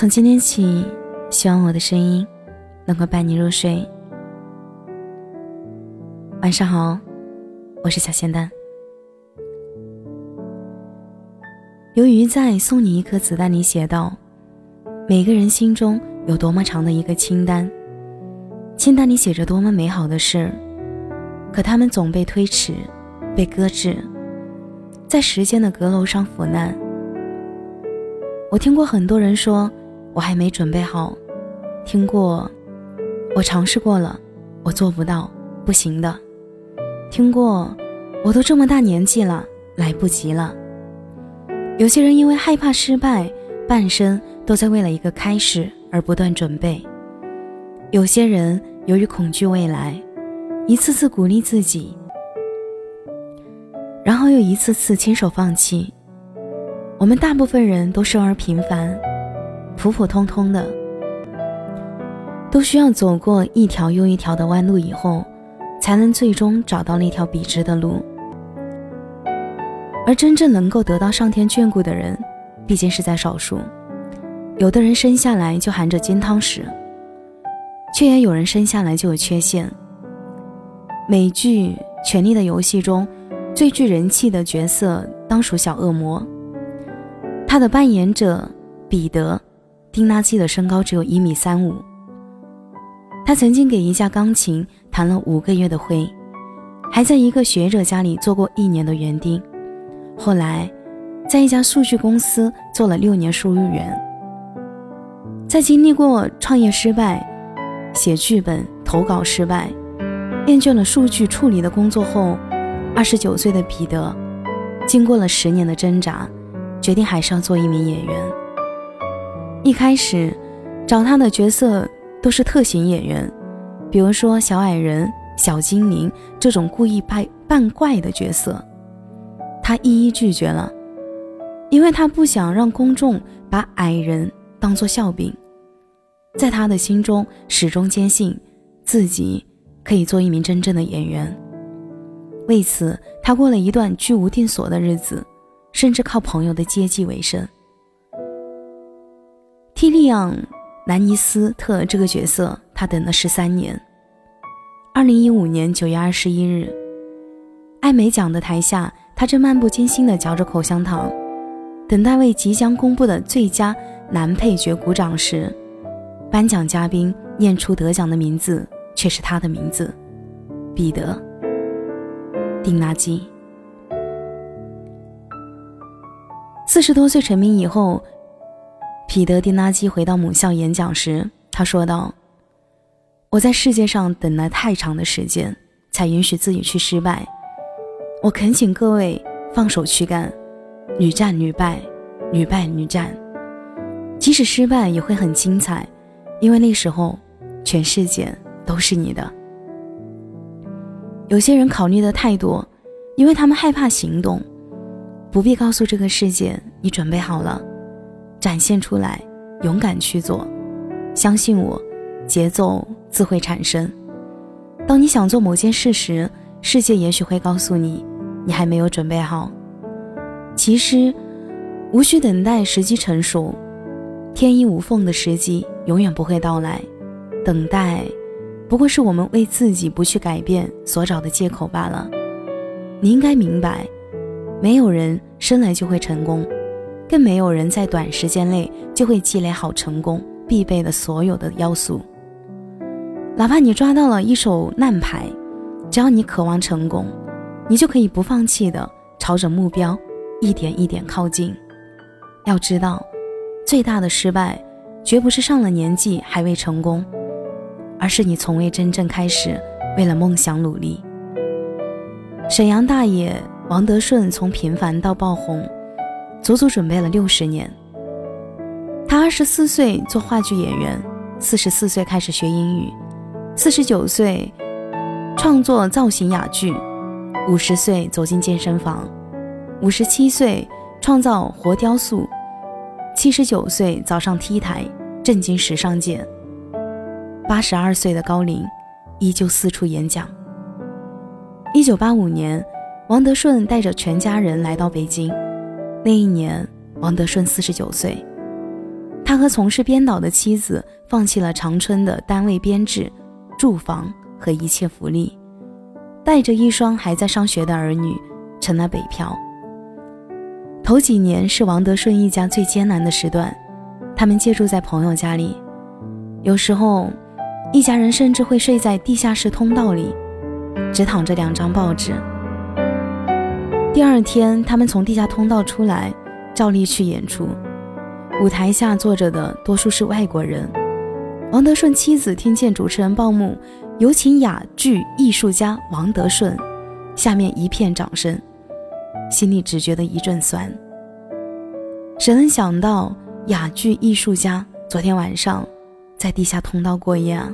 从今天起，希望我的声音能够伴你入睡。晚上好，我是小仙丹。由于在《送你一颗子弹》里写道，每个人心中有多么长的一个清单，清单里写着多么美好的事，可他们总被推迟，被搁置，在时间的阁楼上腐烂。我听过很多人说我还没准备好，听过我尝试过了，我做不到，不行的，听过我都这么大年纪了，来不及了。有些人因为害怕失败，半生都在为了一个开始而不断准备。有些人由于恐惧未来，一次次鼓励自己，然后又一次次亲手放弃。我们大部分人都生而平凡，普普通通的，都需要走过一条又一条的弯路以后，才能最终找到那条笔直的路。而真正能够得到上天眷顾的人，毕竟是在少数。有的人生下来就含着金汤匙，却也有人生下来就有缺陷。美剧《权力的游戏》中最具人气的角色当属小恶魔，他的扮演者彼得·丁拉基的身高只有1.35米。他曾经给一架钢琴弹了5个月的灰，还在一个学者家里做过1年的园丁，后来在一家数据公司做了6年数据员。在经历过创业失败、写剧本、投稿失败，厌倦了数据处理的工作后，29岁的彼得经过了10年的挣扎，决定还是要做一名演员。一开始找他的角色都是特型演员，比如说小矮人、小精灵这种故意扮怪的角色，他一一拒绝了，因为他不想让公众把矮人当作笑柄。在他的心中始终坚信自己可以做一名真正的演员。为此他过了一段居无定所的日子，甚至靠朋友的接济为生。蒂利昂·兰尼斯特这个角色他等了13年。2015年9月21日，艾美奖的台下，他正漫不经心地嚼着口香糖，等待为即将公布的最佳男配角鼓掌时，颁奖嘉宾念出得奖的名字，却是他的名字，彼得·丁拉基。40多岁成名以后，彼得·丁拉基回到母校演讲时，他说道：我在世界上等了太长的时间，才允许自己去失败。我恳请各位放手去干，屡战屡败，屡败屡战，即使失败也会很精彩，因为那时候全世界都是你的。有些人考虑的太多，因为他们害怕行动，不必告诉这个世界你准备好了，展现出来，勇敢去做，相信我，节奏自会产生。当你想做某件事时，世界也许会告诉你，你还没有准备好。其实无需等待时机成熟，天衣无缝的时机永远不会到来，等待不过是我们为自己不去改变所找的借口罢了。你应该明白，没有人生来就会成功，更没有人在短时间内就会积累好成功必备的所有的要素。哪怕你抓到了一手烂牌，只要你渴望成功，你就可以不放弃的朝着目标一点一点靠近。要知道，最大的失败绝不是上了年纪还未成功，而是你从未真正开始为了梦想努力。沈阳大爷王德顺从平凡到爆红，足足准备了60年。他24岁做话剧演员，44岁开始学英语，49岁创作造型哑剧，50岁走进健身房，57岁创造活雕塑，79岁早上 T 台震惊时尚界，82岁的高龄依旧四处演讲。1985年，王德顺带着全家人来到北京，那一年王德顺49岁。 他和从事编导的妻子放弃了长春的单位编制、住房和一切福利，带着一双还在上学的儿女成了北漂。头几年是王德顺一家最艰难的时段，他们借住在朋友家里，有时候一家人甚至会睡在地下室通道里，只躺着2张报纸。第二天他们从地下通道出来，照例去演出，舞台下坐着的多数是外国人。王德顺妻子听见主持人报幕有请哑剧艺术家王德顺，下面一片掌声，心里只觉得一阵酸。谁能想到哑剧艺术家昨天晚上在地下通道过夜啊？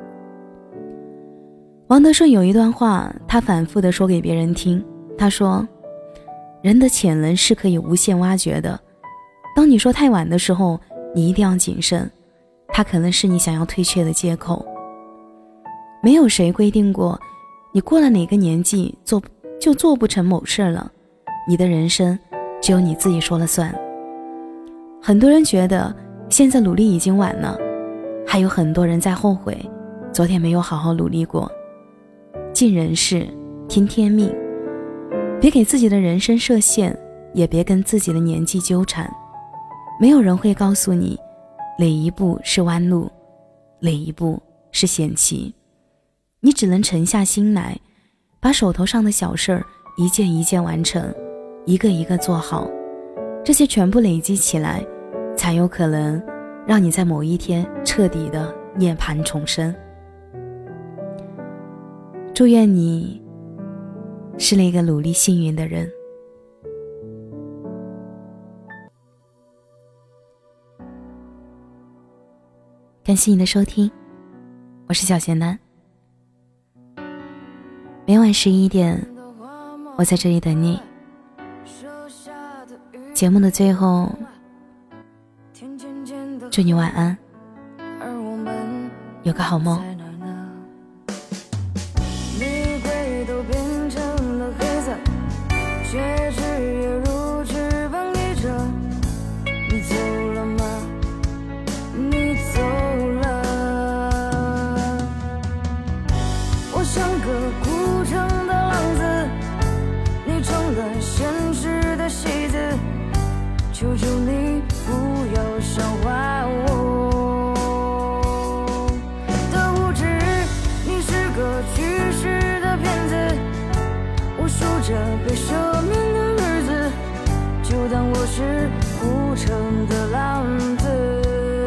王德顺有一段话，他反复地说给别人听。他说，人的潜能是可以无限挖掘的，当你说太晚的时候，你一定要谨慎，它可能是你想要退却的借口。没有谁规定过你过了哪个年纪就做不成某事了，你的人生只有你自己说了算。很多人觉得现在努力已经晚了，还有很多人在后悔昨天没有好好努力过。尽人事，听天命，别给自己的人生设限，也别跟自己的年纪纠缠。没有人会告诉你哪一步是弯路，哪一步是险棋，你只能沉下心来，把手头上的小事儿一件一件完成，一个一个做好，这些全部累积起来，才有可能让你在某一天彻底的涅槃重生。祝愿你是那个努力幸运的人。感谢你的收听，我是小咸男。每晚11点，我在这里等你。节目的最后，祝你晚安，有个好梦。 戒指也如翅膀依着，你走了吗？你走了。我像个孤城的浪子，你成了现实的戏子，求求你不要笑话我的无知，你是个去世的骗子，我数着被赦免的日子，就当我是孤城的浪子。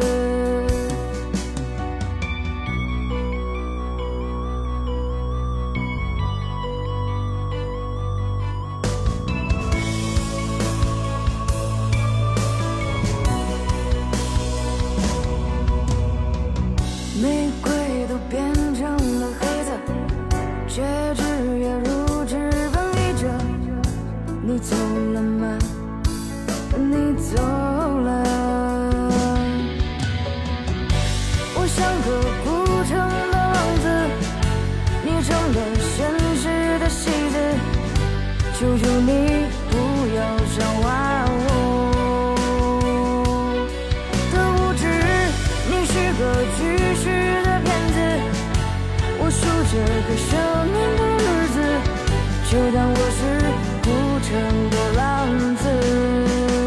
玫瑰都变成了黑色，戒指也如翅膀依着，你走了吗？你走了。我像个孤城的浪子，你成了现实的戏子，求求你不要笑话我的无知，你是个去世的骗子，我数着个赦免的日子，就当我是孤城的浪子。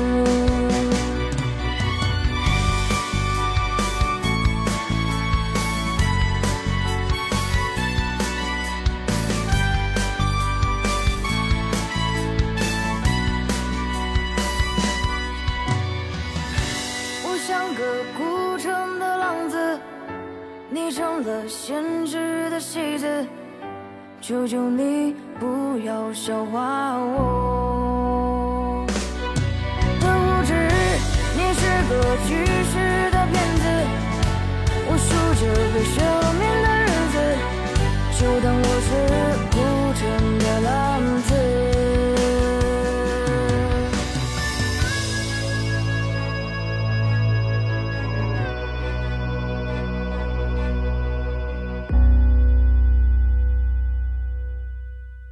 我像个孤城的浪子，你成了现实的戏子，求求你不要笑话我的无知，你是个去世的骗子，我数着被赦免的日子，就当我是